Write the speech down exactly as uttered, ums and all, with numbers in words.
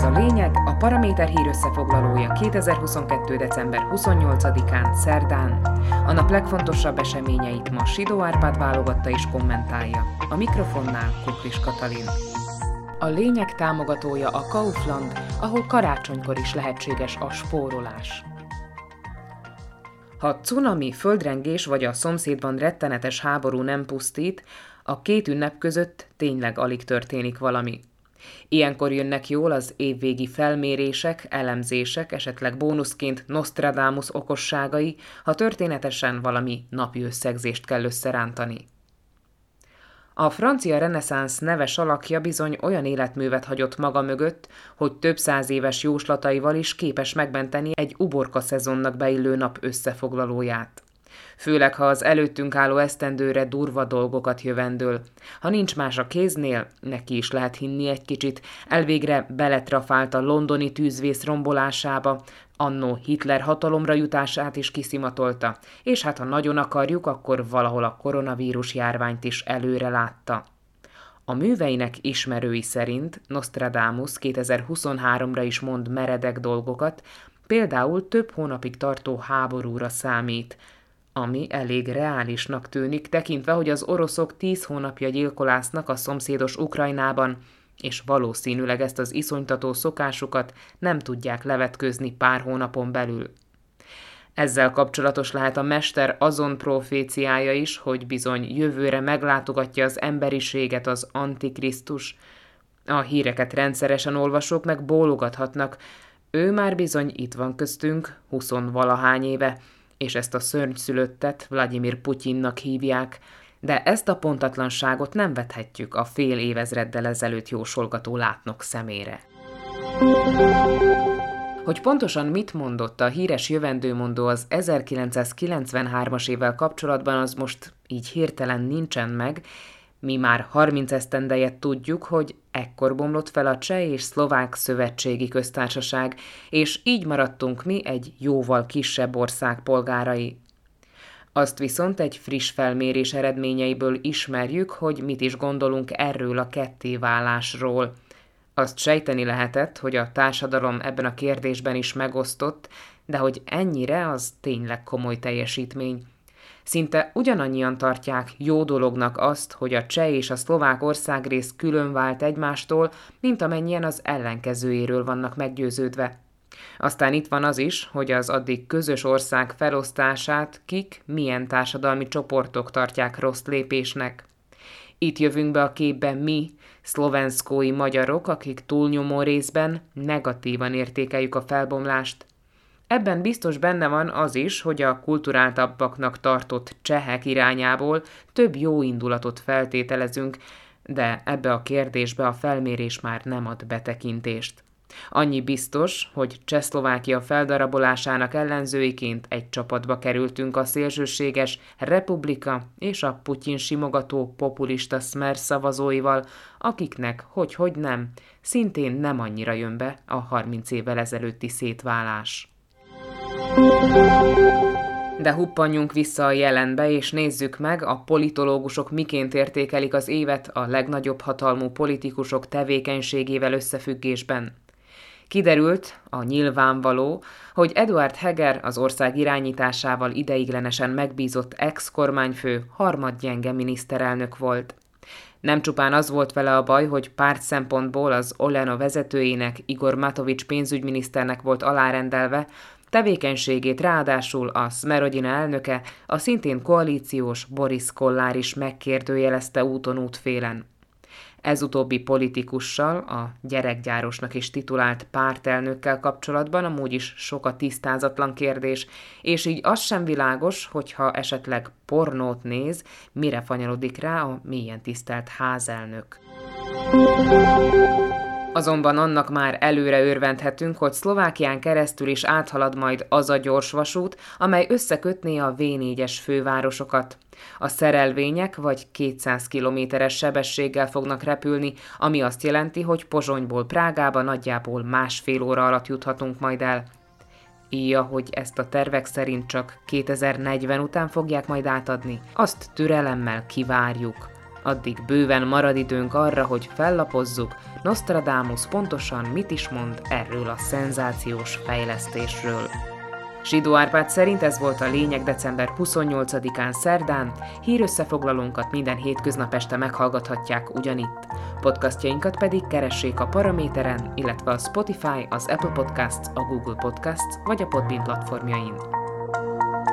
a lényeg, a Paraméter hír összefoglalója kétezer-huszonkettő. december huszonnyolcadikán, szerdán. A nap legfontosabb eseményeit ma Sidó Árpád válogatta és kommentálja. A mikrofonnál Kuklis Katalin. A lényeg támogatója a Kaufland, ahol karácsonykor is lehetséges a spórolás. Ha cunami, földrengés vagy a szomszédban rettenetes háború nem pusztít, a két ünnep között tényleg alig történik valami. Ilyenkor jönnek jól az évvégi felmérések, elemzések, esetleg bónuszként Nostradamus okosságai, ha történetesen valami napi összegzést kell összerántani. A francia reneszánsz neves alakja bizony olyan életművet hagyott maga mögött, hogy több száz éves jóslataival is képes megmenteni egy uborka szezonnak beillő nap összefoglalóját. Főleg, ha az előttünk álló esztendőre durva dolgokat jövendől. Ha nincs más a kéznél, neki is lehet hinni egy kicsit, elvégre beletrafált a londoni tűzvész rombolásába, annó Hitler hatalomra jutását is kiszimatolta, és hát ha nagyon akarjuk, akkor valahol a koronavírus járványt is előre látta. A műveinek ismerői szerint Nostradamus kétezer-huszonháromra is mond meredek dolgokat, például több hónapig tartó háborúra számít, ami elég reálisnak tűnik, tekintve, hogy az oroszok tíz hónapja gyilkolásznak a szomszédos Ukrajnában, és valószínűleg ezt az iszonytató szokásukat nem tudják levetkőzni pár hónapon belül. Ezzel kapcsolatos lehet a mester azon proféciája is, hogy bizony jövőre meglátogatja az emberiséget az Antikrisztus. A híreket rendszeresen olvasók meg bólogathatnak, ő már bizony itt van köztünk, huszonvalahány éve, és ezt a szörnyszülöttet Vladimir Putyinnak hívják, de ezt a pontatlanságot nem vethetjük a fél évezreddel ezelőtt jósolgató látnok szemére. Hogy pontosan mit mondott a híres jövendőmondó az ezerkilencszázkilencvenhármas évvel kapcsolatban, az most így hirtelen nincsen meg. Mi már harminc esztendeje tudjuk, hogy ekkor bomlott fel a Cseh és Szlovák Szövetségi Köztársaság, és így maradtunk mi egy jóval kisebb ország polgárai. Azt viszont egy friss felmérés eredményeiből ismerjük, hogy mit is gondolunk erről a kettéválásról. Azt sejteni lehetett, hogy a társadalom ebben a kérdésben is megosztott, de hogy ennyire, az tényleg komoly teljesítmény. Szinte ugyanannyian tartják jó dolognak azt, hogy a cseh és a szlovák országrész külön vált egymástól, mint amennyien az ellenkezőjéről vannak meggyőződve. Aztán itt van az is, hogy az addig közös ország felosztását kik, milyen társadalmi csoportok tartják rossz lépésnek. Itt jövünk be a képbe mi, szlovenszkói magyarok, akik túlnyomó részben negatívan értékeljük a felbomlást. Ebben biztos benne van az is, hogy a kulturáltabbaknak tartott csehek irányából több jó indulatot feltételezünk, de ebbe a kérdésbe a felmérés már nem ad betekintést. Annyi biztos, hogy Csehszlovákia feldarabolásának ellenzőiként egy csapatba kerültünk a szélsőséges Republika és a Putyin simogató populista Smer szavazóival, akiknek, hogy-hogy nem, szintén nem annyira jön be a harminc évvel ezelőtti szétválás. De huppanjunk vissza a jelenbe, és nézzük meg, a politológusok miként értékelik az évet a legnagyobb hatalmú politikusok tevékenységével összefüggésben. Kiderült, a nyilvánvaló, hogy Eduard Heger, az ország irányításával ideiglenesen megbízott ex-kormányfő harmadgyenge miniszterelnök volt. Nem csupán az volt vele a baj, hogy párt szempontból az Oleno vezetőjének, Igor Matovics pénzügyminiszternek volt alárendelve, tevékenységét ráadásul a Smerodina elnöke, a szintén koalíciós Boris Kollár is megkérdőjelezte úton útfélen. Ez utóbbi politikussal, a gyerekgyárosnak is titulált pártelnökkel kapcsolatban amúgy is sok a tisztázatlan kérdés, és így az sem világos, hogyha esetleg pornót néz, mire fanyarodik rá a mélyen tisztelt házelnök. Azonban annak már előre örvendhetünk, hogy Szlovákián keresztül is áthalad majd az a gyorsvasút, amely összekötné a vé négyes fővárosokat. A szerelvények vagy kétszáz kilométeres sebességgel fognak repülni, ami azt jelenti, hogy Pozsonyból Prágába nagyjából másfél óra alatt juthatunk majd el. Írja, hogy ezt a tervek szerint csak kétezer-negyven után fogják majd átadni. Azt türelemmel kivárjuk. Addig bőven marad időnk arra, hogy fellapozzuk, Nostradamus pontosan mit is mond erről a szenzációs fejlesztésről. Zsidó Árpád szerint ez volt a lényeg december huszonnyolcadikán szerdán, hírösszefoglalónkat minden hétköznap este meghallgathatják ugyanitt. Podcastjainkat pedig keressék a Paraméteren, illetve a Spotify, az Apple Podcasts, a Google Podcasts vagy a Podbean platformjain.